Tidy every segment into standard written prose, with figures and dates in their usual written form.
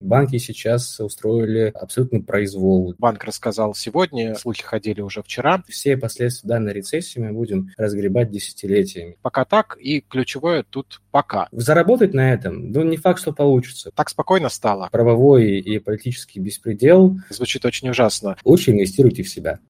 банки сейчас устроили абсолютный произвол. Банк рассказал сегодня, слухи ходили уже вчера. Все последствия данной рецессии мы будем разгребать десятилетиями. Пока так, и ключевое тут пока. Заработать на этом, не факт, что получится. Так спокойно стало. Правовой и политический беспредел. Звучит очень ужасно. Лучше инвестируйте в себя.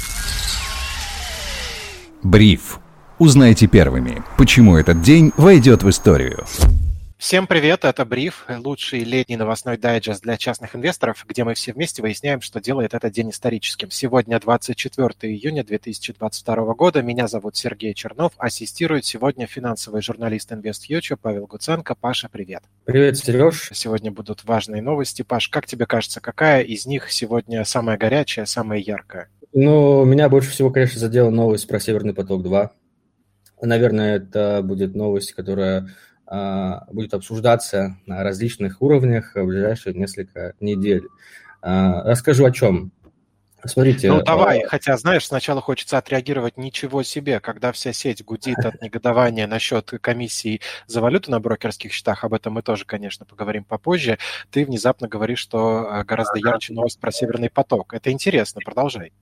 Бриф. Узнайте первыми, почему этот день войдет в историю. Всем привет, это Бриф, лучший летний новостной дайджест для частных инвесторов, где мы все вместе выясняем, что делает этот день историческим. Сегодня 24 июня 2022 года, меня зовут Сергей Чернов, ассистирует сегодня финансовый журналист InvestFuture Павел Гуценко. Паша, привет. Привет, Сереж. Сегодня будут важные новости. Паш, как тебе кажется, какая из них сегодня самая горячая, самая яркая? Меня больше всего, конечно, задела новость про Северный поток-2. Наверное, это будет новость, которая будет обсуждаться на различных уровнях в ближайшие несколько недель. Расскажу о чем. Смотрите. Давай, хотя, знаешь, сначала хочется отреагировать ничего себе, когда вся сеть гудит от негодования насчет комиссии за валюту на брокерских счетах, об этом мы тоже, конечно, поговорим попозже, ты внезапно говоришь, что гораздо ярче новость про Северный поток. Это интересно, продолжай.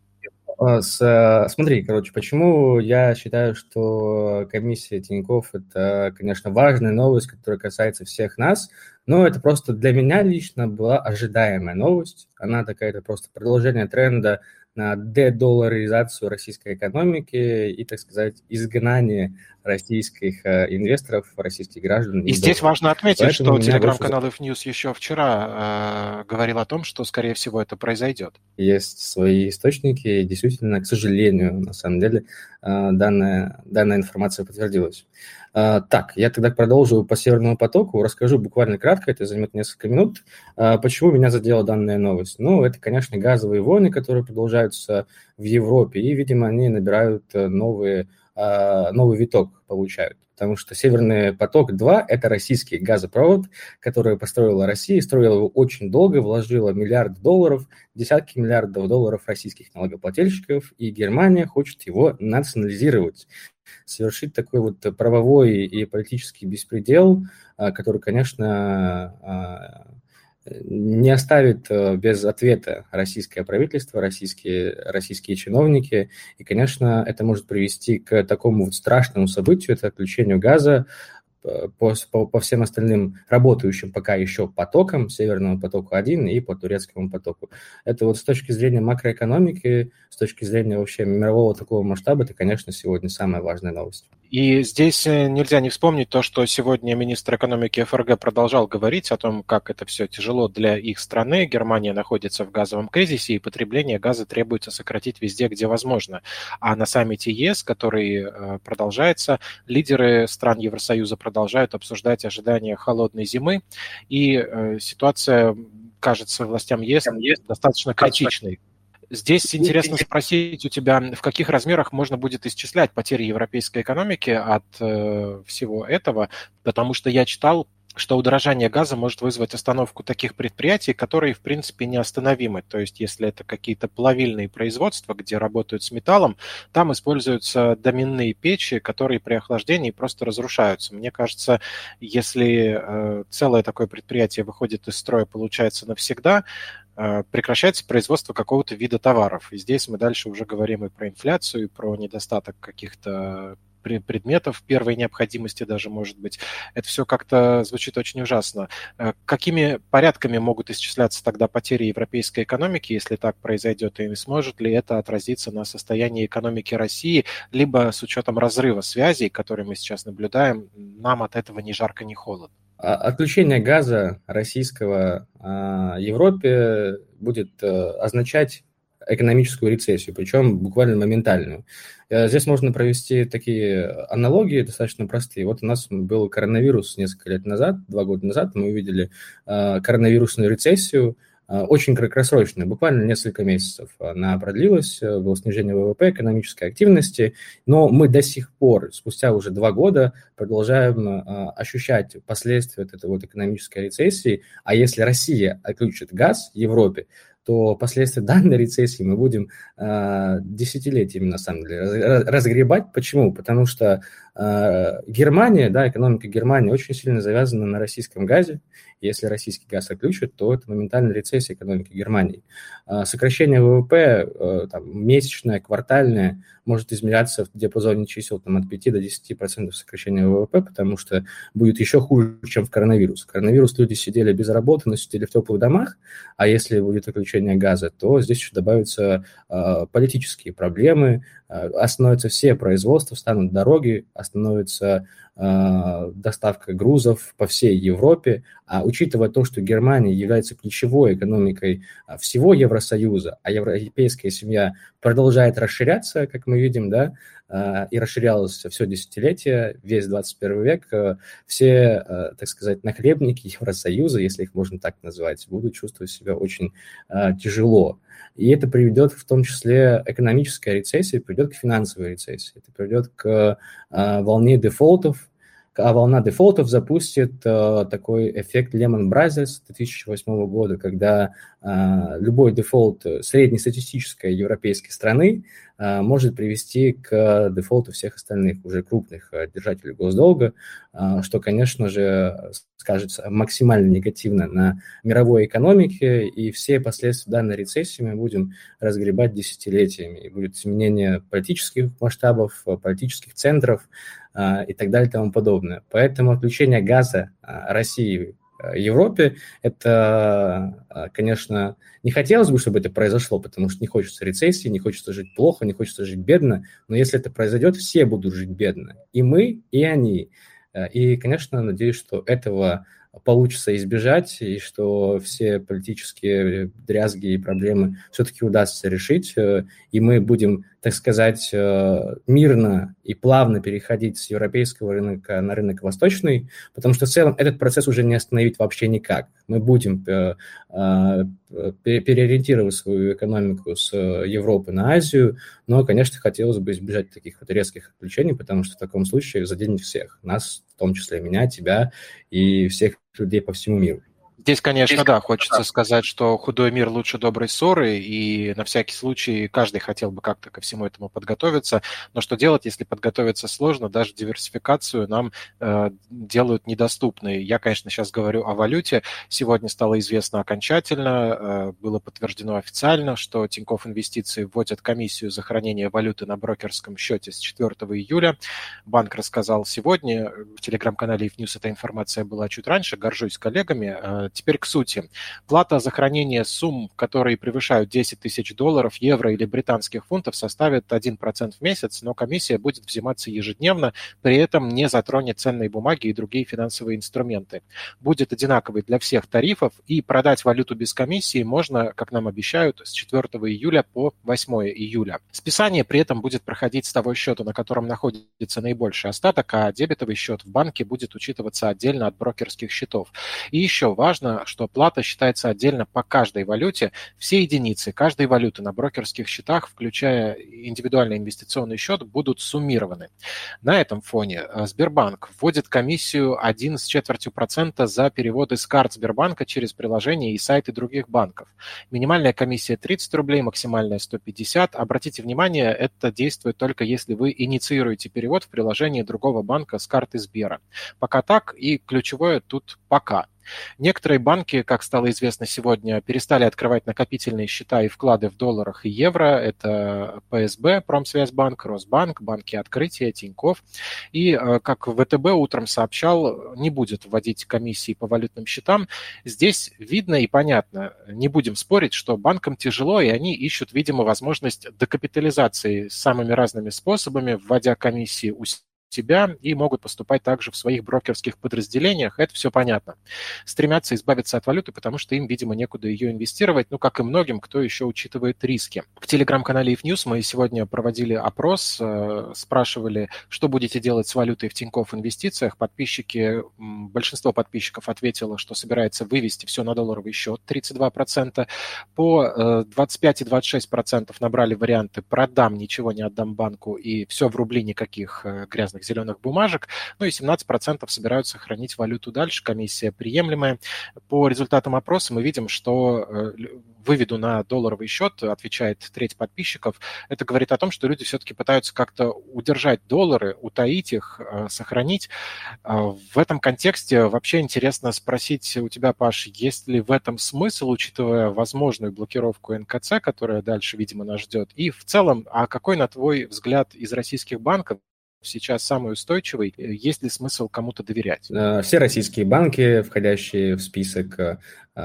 Смотри, почему я считаю, что комиссия Тинькофф – это, конечно, важная новость, которая касается всех нас, но это просто для меня лично была ожидаемая новость. Она такая-то просто продолжение тренда на дедолларизацию российской экономики и, так сказать, изгнание российских инвесторов, российских граждан. И здесь важно отметить, что телеграм-канал IFNews еще вчера говорил о том, что, скорее всего, это произойдет. Есть свои источники, и действительно, к сожалению, на самом деле, данная информация подтвердилась. Так, я тогда продолжу по Северному потоку, расскажу буквально кратко, это займет несколько минут. Почему меня задела данная новость? Это, конечно, газовые войны, которые продолжаются в Европе, и, видимо, они набирают новый виток, получают. Потому что Северный поток-2 – это российский газопровод, который построила Россия, строила его очень долго, вложила миллиарды долларов, десятки миллиардов долларов российских налогоплательщиков, и Германия хочет его национализировать, совершить такой правовой и политический беспредел, который, конечно, не оставит без ответа российское правительство, российские чиновники. И, конечно, это может привести к такому страшному событию, это отключению газа по всем остальным работающим пока еще потокам, Северному потоку-1 и по Турецкому потоку. Это с точки зрения макроэкономики, с точки зрения вообще мирового такого масштаба, это, конечно, сегодня самая важная новость. И здесь нельзя не вспомнить то, что сегодня министр экономики ФРГ продолжал говорить о том, как это все тяжело для их страны. Германия находится в газовом кризисе, и потребление газа требуется сократить везде, где возможно. А на саммите ЕС, который продолжается, лидеры стран Евросоюза продолжают обсуждать ожидания холодной зимы, и ситуация, кажется, властям ЕС достаточно критичной. Здесь интересно спросить у тебя, в каких размерах можно будет исчислять потери европейской экономики от всего этого, потому что я читал, что удорожание газа может вызвать остановку таких предприятий, которые, в принципе, неостановимы. То есть, если это какие-то плавильные производства, где работают с металлом, там используются доминные печи, которые при охлаждении просто разрушаются. Мне кажется, если целое такое предприятие выходит из строя, получается, навсегда, прекращается производство какого-то вида товаров. И здесь мы дальше уже говорим и про инфляцию, и про недостаток каких-то предметов первой необходимости даже, может быть. Это все как-то звучит очень ужасно. Какими порядками могут исчисляться тогда потери европейской экономики, если так произойдет, и сможет ли это отразиться на состоянии экономики России, либо с учетом разрыва связей, который мы сейчас наблюдаем, нам от этого ни жарко, ни холодно? Отключение газа российского Европе будет означать экономическую рецессию, причем буквально моментальную. Здесь можно провести такие аналогии достаточно простые. У нас был коронавирус несколько лет назад, 2 года назад, мы увидели коронавирусную рецессию, очень краткосрочная, буквально несколько месяцев она продлилась, было снижение ВВП, экономической активности, но мы до сих пор, спустя уже 2 года, продолжаем ощущать последствия этой экономической рецессии, а если Россия отключит газ Европе, то последствия данной рецессии мы будем десятилетиями, на самом деле, разгребать. Почему? Потому что Германия, да, экономика Германии очень сильно завязана на российском газе. Если российский газ отключат, то это моментальная рецессия экономики Германии. Сокращение ВВП там, месячное, квартальное может измеряться в диапазоне чисел там, от 5 до 10% сокращения ВВП, потому что будет еще хуже, чем в коронавирус. В коронавирус люди сидели без работы, но сидели в теплых домах, а если будет отключение газа, то здесь еще добавятся политические проблемы, остановятся все производства, станут дороги, остановится доставка грузов по всей Европе. А учитывая то, что Германия является ключевой экономикой всего Евросоюза, а европейская семья продолжает расширяться, как мы видим, да, и расширялась все десятилетие, весь 21 век, все, так сказать, нахлебники Евросоюза, если их можно так назвать, будут чувствовать себя очень тяжело. И это приведет в том числе экономическая рецессия, приведет к финансовой рецессии, это приведет к волне дефолтов, а волна дефолтов запустит такой эффект Lehman Brothers 2008 года, когда любой дефолт среднестатистической европейской страны может привести к дефолту всех остальных уже крупных держателей госдолга, что, конечно же, скажется максимально негативно на мировой экономике, и все последствия данной рецессии мы будем разгребать десятилетиями. И будет изменение политических масштабов, политических центров и так далее и тому подобное. Поэтому отключение газа России Европе, это, конечно, не хотелось бы, чтобы это произошло, потому что не хочется рецессии, не хочется жить плохо, не хочется жить бедно, но если это произойдет, все будут жить бедно, и мы, и они. И, конечно, надеюсь, что этого получится избежать, и что все политические дрязги и проблемы все-таки удастся решить, и мы будем, так сказать, мирно и плавно переходить с европейского рынка на рынок восточный, потому что в целом этот процесс уже не остановить вообще никак. Мы будем переориентировать свою экономику с Европы на Азию, но, конечно, хотелось бы избежать таких вот резких отключений, потому что в таком случае заденет всех, нас, в том числе меня, тебя и всех людей по всему миру. Здесь, конечно, да, хочется сказать, что худой мир лучше доброй ссоры, и на всякий случай каждый хотел бы как-то ко всему этому подготовиться. Но что делать, если подготовиться сложно? Даже диверсификацию нам делают недоступной. Я, конечно, сейчас говорю о валюте. Сегодня стало известно окончательно, было подтверждено официально, что Тинькофф Инвестиции вводят комиссию за хранение валюты на брокерском счете с 4 июля. Банк рассказал сегодня, в телеграм-канале IFNews эта информация была чуть раньше, горжусь коллегами. Теперь к сути. Плата за хранение сумм, которые превышают 10 тысяч долларов, евро или британских фунтов, составит 1% в месяц, но комиссия будет взиматься ежедневно, при этом не затронет ценные бумаги и другие финансовые инструменты. Будет одинаковый для всех тарифов, и продать валюту без комиссии можно, как нам обещают, с 4 июля по 8 июля. Списание при этом будет проходить с того счета, на котором находится наибольший остаток, а дебетовый счет в банке будет учитываться отдельно от брокерских счетов. И еще важно, что плата считается отдельно по каждой валюте. Все единицы каждой валюты на брокерских счетах, включая индивидуальный инвестиционный счет, будут суммированы. На этом фоне Сбербанк вводит комиссию 1,25% за переводы с карт Сбербанка через приложения и сайты других банков. Минимальная комиссия 30 рублей, максимальная 150. Обратите внимание, это действует только если вы инициируете перевод в приложении другого банка с карты Сбера. Пока так, и ключевое тут пока. Некоторые банки, как стало известно сегодня, перестали открывать накопительные счета и вклады в долларах и евро. Это ПСБ, Промсвязьбанк, Росбанк, банки Открытия, Тинькофф. И, как ВТБ утром сообщал, не будет вводить комиссии по валютным счетам. Здесь видно и понятно. Не будем спорить, что банкам тяжело, и они ищут, видимо, возможность декапитализации самыми разными способами, вводя комиссии у себя, и могут поступать также в своих брокерских подразделениях. Это все понятно. Стремятся избавиться от валюты, потому что им, видимо, некуда ее инвестировать, ну, как и многим, кто еще учитывает риски. В телеграм-канале IFNews мы сегодня проводили опрос, спрашивали, что будете делать с валютой в Тинькофф Инвестициях. Большинство подписчиков ответило, что собирается вывести все на долларовый счет, 32%. По 25 и 26% набрали варианты «продам, ничего не отдам банку» и «все в рубли, никаких грязных разных зеленых бумажек, ну и 17% собираются хранить валюту дальше, комиссия приемлемая. По результатам опроса мы видим, что выведу на долларовый счет, отвечает треть подписчиков. Это говорит о том, что люди все-таки пытаются как-то удержать доллары, утаить их, сохранить. В этом контексте вообще интересно спросить у тебя, Паш, есть ли в этом смысл, учитывая возможную блокировку НКЦ, которая дальше, видимо, нас ждет? И в целом, а какой, на твой взгляд, из российских банков сейчас самый устойчивый? Есть ли смысл кому-то доверять? Все российские банки, входящие в список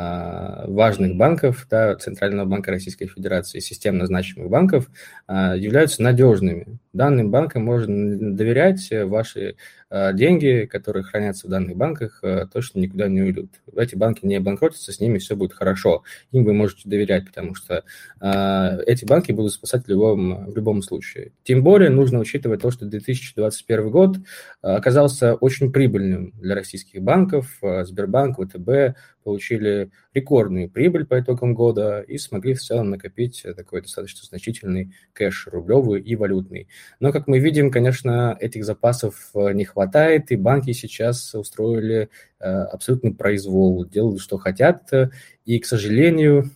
важных банков, да, Центрального банка Российской Федерации, системно значимых банков, являются надежными. Данным банкам можно доверять, ваши деньги, которые хранятся в данных банках, точно никуда не уйдут. Эти банки не обанкротятся, с ними все будет хорошо. Им вы можете доверять, потому что эти банки будут спасать в любом случае. Тем более нужно учитывать то, что 2021 год оказался очень прибыльным для российских банков. Сбербанк, ВТБ получили рекордную прибыль по итогам года и смогли в целом накопить такой достаточно значительный кэш рублевый и валютный. Но, как мы видим, конечно, этих запасов не хватает, и банки сейчас устроили абсолютный произвол, делают, что хотят, и, к сожалению,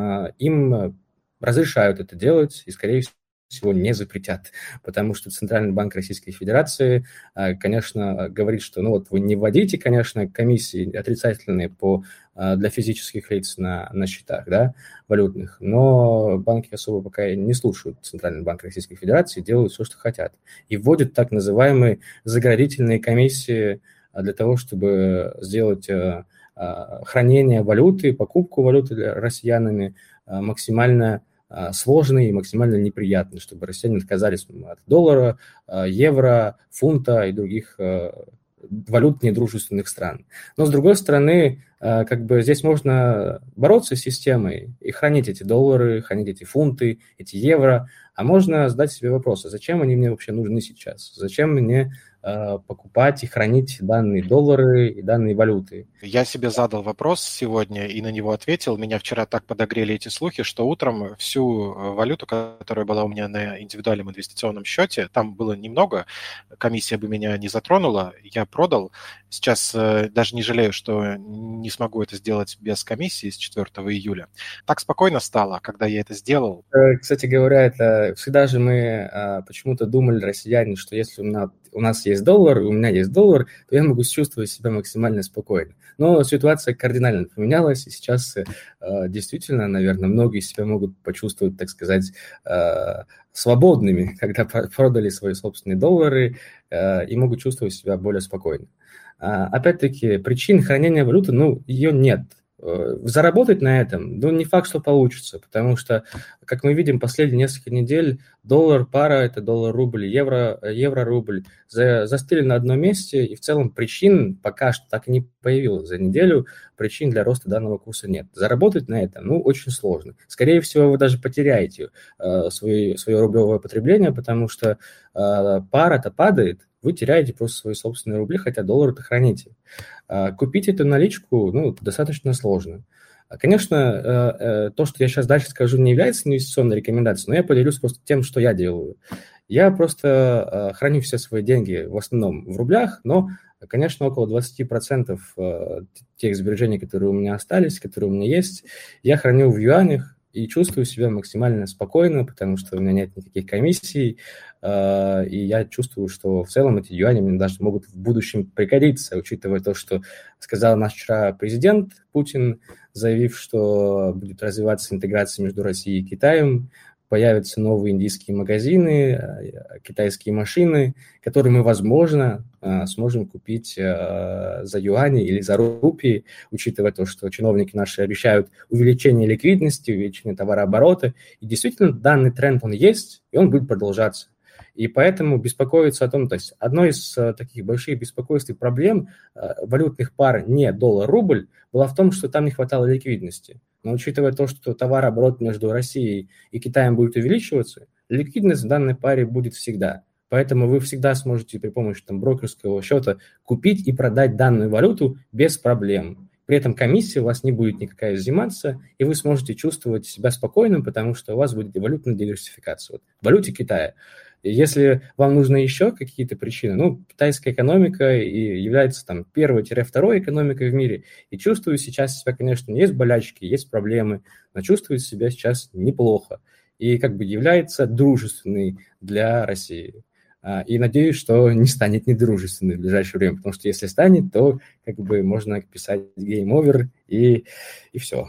им разрешают это делать, и, скорее всего, не запретят, потому что Центральный банк Российской Федерации, конечно, говорит, что, ну вот, вы не вводите, конечно, комиссии отрицательные для физических лиц на счетах, да, валютных, но банки особо пока не слушают Центральный банк Российской Федерации, делают все, что хотят, и вводят так называемые заградительные комиссии для того, чтобы сделать хранение валюты, покупку валюты россиянами максимально сложный и максимально неприятный, чтобы россияне отказались от доллара, евро, фунта и других валют недружественных стран. Но, с другой стороны, как бы здесь можно бороться с системой и хранить эти доллары, хранить эти фунты, эти евро, а можно задать себе вопрос, а зачем они мне вообще нужны сейчас? Зачем мне покупать и хранить данные доллары и данные валюты? Я себе задал вопрос сегодня и на него ответил. Меня вчера так подогрели эти слухи, что утром всю валюту, которая была у меня на индивидуальном инвестиционном счете, там было немного, комиссия бы меня не затронула, я продал. Сейчас даже не жалею, что не смогу это сделать без комиссии с 4 июля. Так спокойно стало, когда я это сделал. Кстати говоря, это всегда же мы почему-то думали, россияне, что если у нас есть доллар, у меня есть доллар, то я могу чувствовать себя максимально спокойно. Но ситуация кардинально поменялась, и сейчас действительно, наверное, многие себя могут почувствовать, так сказать, свободными, когда продали свои собственные доллары и могут чувствовать себя более спокойно. Опять-таки, причин хранения валюты, ее нет. Заработать на этом, не факт, что получится, потому что, как мы видим, последние несколько недель доллар-пара, это доллар-рубль, евро-рубль, застыли на одном месте, и в целом причин пока что так и не появилось. За неделю причин для роста данного курса нет. Заработать на этом, очень сложно. Скорее всего, вы даже потеряете свое рублевое потребление, потому что пара-то падает, вы теряете просто свои собственные рубли, хотя доллары-то храните. Купить эту наличку, достаточно сложно. Конечно, то, что я сейчас дальше скажу, не является инвестиционной рекомендацией, но я поделюсь просто тем, что я делаю. Я просто храню все свои деньги в основном в рублях, но, конечно, около 20% тех сбережений, которые у меня остались, которые у меня есть, я храню в юанях, и чувствую себя максимально спокойно, потому что у меня нет никаких комиссий, и я чувствую, что в целом эти юани мне даже могут в будущем пригодиться, учитывая то, что сказал наш вчера президент Путин, заявив, что будет развиваться интеграция между Россией и Китаем, появятся новые индийские магазины, китайские машины, которые мы, возможно, сможем купить за юани или за рупии, учитывая то, что чиновники наши обещают увеличение ликвидности, увеличение товарооборота. И действительно, данный тренд, он есть, и он будет продолжаться. И поэтому беспокоиться о том, то есть одно из таких больших беспокойств и проблем валютных пар не доллар-рубль была в том, что там не хватало ликвидности. Но учитывая то, что товарооборот между Россией и Китаем будет увеличиваться, ликвидность в данной паре будет всегда. Поэтому вы всегда сможете при помощи брокерского счета купить и продать данную валюту без проблем. При этом комиссия у вас не будет никакая взиматься, и вы сможете чувствовать себя спокойным, потому что у вас будет валютная диверсификация. В валюте Китая И если вам нужны еще какие-то причины, ну, китайская экономика и является там первой-второй экономикой в мире, и чувствую сейчас себя, конечно, есть болячки, есть проблемы, но чувствую себя сейчас неплохо. И как бы является дружественной для России. И надеюсь, что не станет недружественной в ближайшее время, потому что если станет, то как бы можно писать game over и все.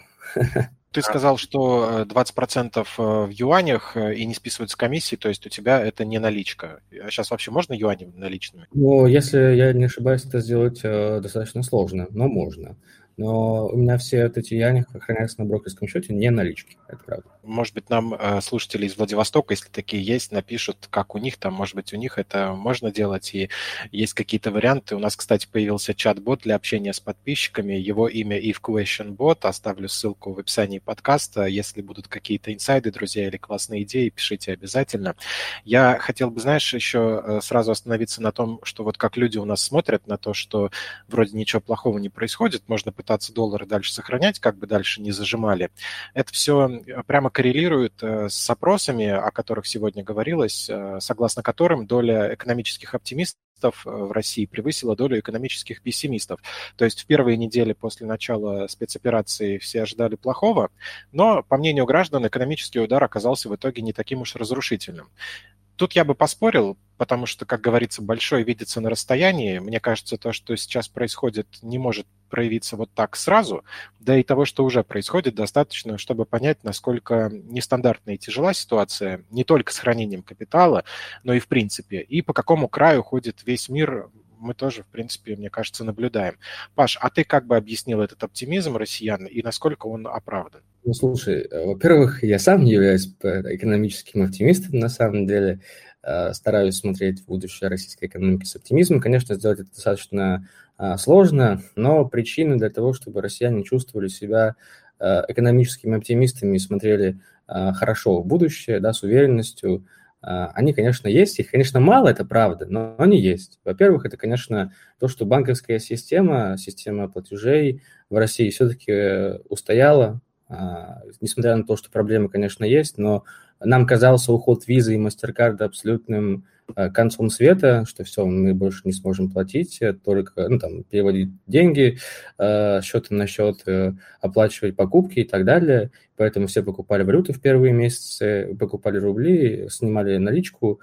Ты сказал, что 20% в юанях и не списываются комиссии, то есть у тебя это не наличка. А сейчас вообще можно юани наличными? Ну, если я не ошибаюсь, это сделать достаточно сложно, но можно. Но у меня все вот эти юани хранятся на брокерском счете не налички, это правда. Может быть, нам слушатели из Владивостока, если такие есть, напишут, как у них там, может быть, у них это можно делать, и есть какие-то варианты. У нас, кстати, появился чат-бот для общения с подписчиками, его имя IfQuestionBot, оставлю ссылку в описании подкаста. Если будут какие-то инсайды, друзья, или классные идеи, пишите обязательно. Я хотел бы, знаешь, еще сразу остановиться на том, что вот как люди у нас смотрят на то, что вроде ничего плохого не происходит, можно пытаться доллары дальше сохранять, как бы дальше не зажимали. Это все прямо коррелирует с опросами, о которых сегодня говорилось, согласно которым доля экономических оптимистов в России превысила долю экономических пессимистов. То есть в первые недели после начала спецоперации все ожидали плохого, но, по мнению граждан, экономический удар оказался в итоге не таким уж разрушительным. Тут я бы поспорил, потому что, как говорится, большое видится на расстоянии. Мне кажется, то, что сейчас происходит, не может проявиться вот так сразу, да и того, что уже происходит, достаточно, чтобы понять, насколько нестандартная и тяжела ситуация не только с хранением капитала, но и в принципе, и по какому краю ходит весь мир, мы тоже, в принципе, мне кажется, наблюдаем. Паш, а ты как бы объяснил этот оптимизм россиян и насколько он оправдан? Ну, слушай, во-первых, я сам не являюсь экономическим оптимистом, на самом деле. Стараюсь смотреть в будущее российской экономики с оптимизмом. Конечно, сделать это достаточно сложно, но причины для того, чтобы россияне чувствовали себя экономическими оптимистами и смотрели хорошо в будущее, да, с уверенностью, они, конечно, есть. Их, конечно, мало, это правда, но они есть. Во-первых, это, конечно, то, что банковская система платежей в России все-таки устояла, несмотря на то, что проблемы, конечно, есть, но нам казался уход визы и MasterCard абсолютным концом света, что все, мы больше не сможем платить, только переводить деньги счета на счет, оплачивать покупки и так далее. Поэтому все покупали валюту в первые месяцы, покупали рубли, снимали наличку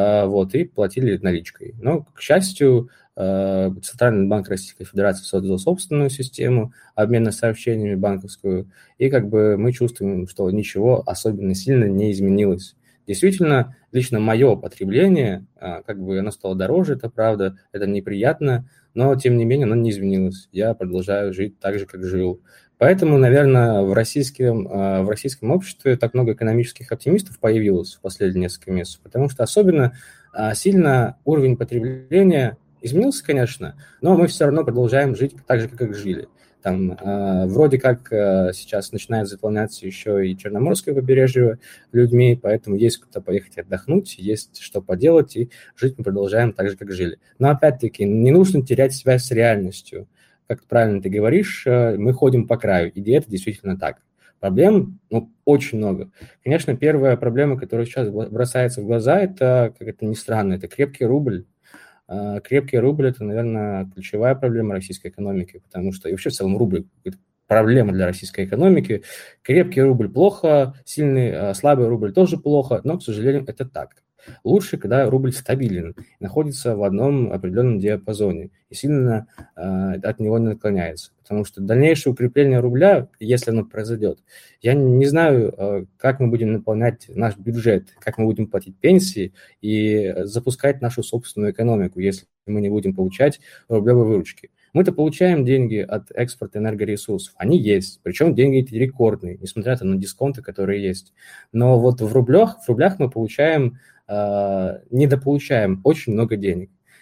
и платили наличкой. Но, к счастью, Центральный банк Российской Федерации создал собственную систему обмена сообщениями банковскую, и как бы мы чувствуем, что ничего особенно сильно не изменилось. Действительно, лично мое потребление, оно стало дороже, это правда, это неприятно, но, тем не менее, оно не изменилось. Я продолжаю жить так же, как жил. Поэтому, наверное, в российском обществе так много экономических оптимистов появилось в последние несколько месяцев, потому что особенно сильно уровень потребления изменился, конечно, но мы все равно продолжаем жить так же, как жили. Вроде как сейчас начинает заполняться еще и Черноморское побережье людьми, поэтому есть куда поехать отдохнуть, есть что поделать, и жить мы продолжаем так же, как жили. Но опять-таки не нужно терять связь с реальностью. Как правильно ты говоришь, мы ходим по краю, и это действительно так. Проблем очень много. Конечно, первая проблема, которая сейчас бросается в глаза, это, как это ни странно, это крепкий рубль. Крепкий рубль – это, наверное, ключевая проблема российской экономики, потому что и вообще в целом рубль – это проблема для российской экономики. Крепкий рубль плохо, слабый рубль тоже плохо, но, к сожалению, это так. Лучше, когда рубль стабилен, находится в одном определенном диапазоне и сильно от него не наклоняется. Потому что дальнейшее укрепление рубля, если оно произойдет, я не знаю, как мы будем наполнять наш бюджет, как мы будем платить пенсии и запускать нашу собственную экономику, если мы не будем получать рублевые выручки. Мы-то получаем деньги от экспорта энергоресурсов. Они есть, причем деньги эти рекордные, несмотря на дисконты, которые есть. Но вот в рублях мы недополучаем очень много денег.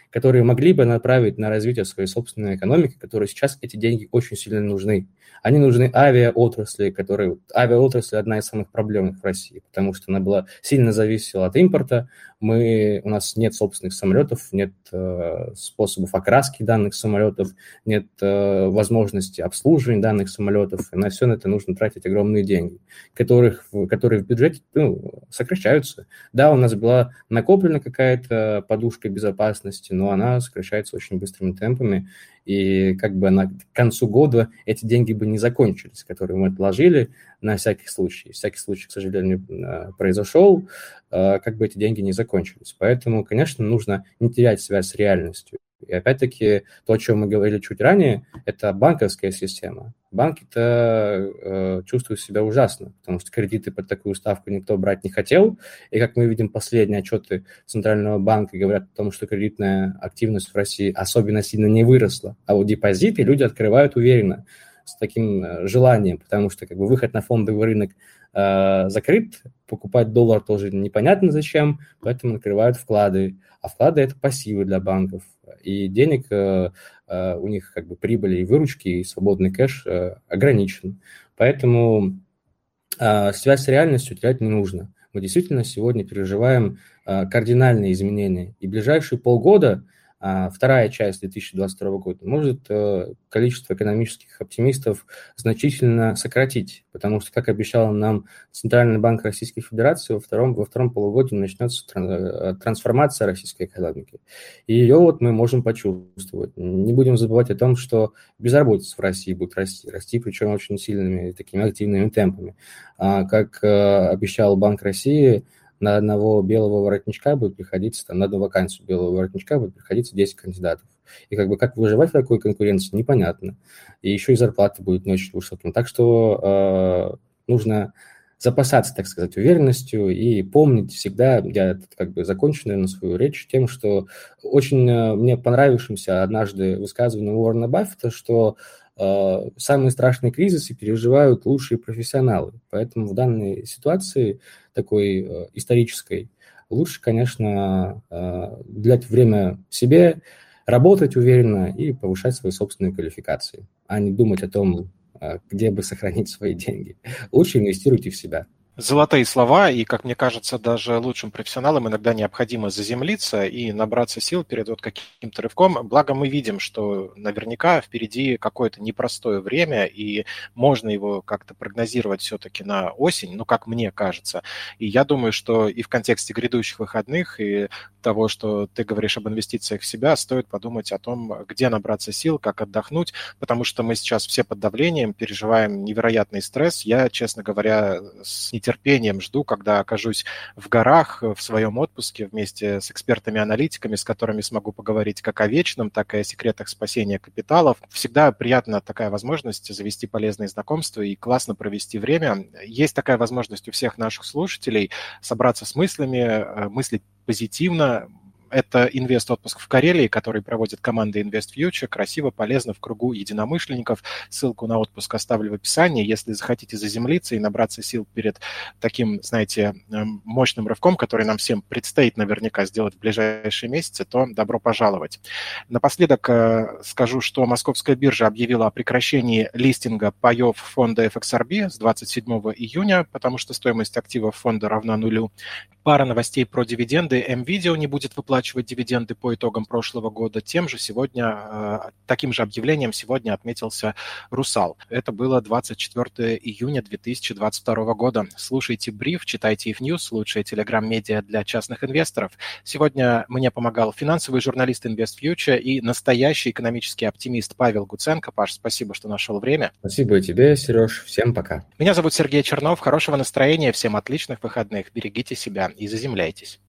которые могли бы направить на развитие своей собственной экономики, которые сейчас эти деньги очень сильно нужны. Они нужны авиаотрасли, авиаотрасль одна из самых проблемных в России, потому что она была сильно зависела от импорта. У нас нет собственных самолетов, нет способов окраски данных самолетов, нет возможности обслуживания данных самолетов. И на все это нужно тратить огромные деньги, которые в бюджете сокращаются. Да, у нас была накоплена какая-то подушка безопасности, но она сокращается очень быстрыми темпами. И к концу года эти деньги бы не закончились, которые мы отложили на всякий случай. Всякий случай, к сожалению, произошел, эти деньги не закончились. Поэтому, конечно, нужно не терять связь с реальностью. И опять-таки, то, о чем мы говорили чуть ранее, это банковская система. Банки-то чувствуют себя ужасно, потому что кредиты под такую ставку никто брать не хотел. И, как мы видим, последние отчеты Центрального банка говорят о том, что кредитная активность в России особенно сильно не выросла. А вот депозиты люди открывают уверенно, с таким желанием, потому что выход на фондовый рынок закрыт, покупать доллар тоже непонятно зачем, поэтому открывают вклады. А вклады – это пассивы для банков. И денег у них прибыли и выручки, и свободный кэш ограничен. Поэтому связь с реальностью терять не нужно. Мы действительно сегодня переживаем кардинальные изменения. И ближайшие полгода, вторая часть 2022 года, может количество экономических оптимистов значительно сократить, потому что, как обещал нам Центральный банк Российской Федерации, во втором полугодии начнется трансформация российской экономики. И ее мы можем почувствовать. Не будем забывать о том, что безработица в России будет расти, причем очень сильными такими активными темпами. Как обещал Банк России, на одного белого воротничка будет приходиться, на одну вакансию белого воротничка будет приходиться 10 кандидатов. И как выживать в такой конкуренции, непонятно. И еще и зарплаты будут не очень высокими. Так что нужно запасаться, так сказать, уверенностью и помнить всегда, я закончу, наверное, свою речь тем, что очень мне понравившимся однажды высказывание Уоррена Баффета, что самые страшные кризисы переживают лучшие профессионалы. Поэтому в данной ситуации, такой исторической, лучше, конечно, уделять время себе, работать уверенно и повышать свои собственные квалификации, а не думать о том, где бы сохранить свои деньги. Лучше инвестируйте в себя. Золотые слова, и, как мне кажется, даже лучшим профессионалам иногда необходимо заземлиться и набраться сил перед каким-то рывком. Благо мы видим, что наверняка впереди какое-то непростое время, и можно его как-то прогнозировать все-таки на осень, как мне кажется. И я думаю, что и в контексте грядущих выходных, и того, что ты говоришь об инвестициях в себя, стоит подумать о том, где набраться сил, как отдохнуть, потому что мы сейчас все под давлением, переживаем невероятный стресс. Я, честно говоря, с нетерпением жду, когда окажусь в горах в своем отпуске вместе с экспертами-аналитиками, с которыми смогу поговорить как о вечном, так и о секретах спасения капиталов. Всегда приятна такая возможность завести полезные знакомства и классно провести время. Есть такая возможность у всех наших слушателей собраться с мыслями, мыслить позитивно. Это инвест-отпуск в Карелии, который проводит команда InvestFuture. Красиво, полезно, в кругу единомышленников. Ссылку на отпуск оставлю в описании. Если захотите заземлиться и набраться сил перед таким, знаете, мощным рывком, который нам всем предстоит наверняка сделать в ближайшие месяцы, то добро пожаловать. Напоследок скажу, что Московская биржа объявила о прекращении листинга паев фонда FXRB с 27 июня, потому что стоимость активов фонда равна нулю. Пара новостей про дивиденды. МВидео не будет выплачивать дивиденды по итогам прошлого года. Таким же объявлением сегодня отметился Русал. Это было 24 июня 2022 года. Слушайте бриф, читайте IF-News, лучшее телеграм-медиа для частных инвесторов. Сегодня мне помогал финансовый журналист InvestFuture и настоящий экономический оптимист Павел Гуценко. Паш, спасибо, что нашел время. Спасибо и тебе, Сереж. Всем пока. Меня зовут Сергей Чернов. Хорошего настроения, всем отличных выходных. Берегите себя и заземляйтесь.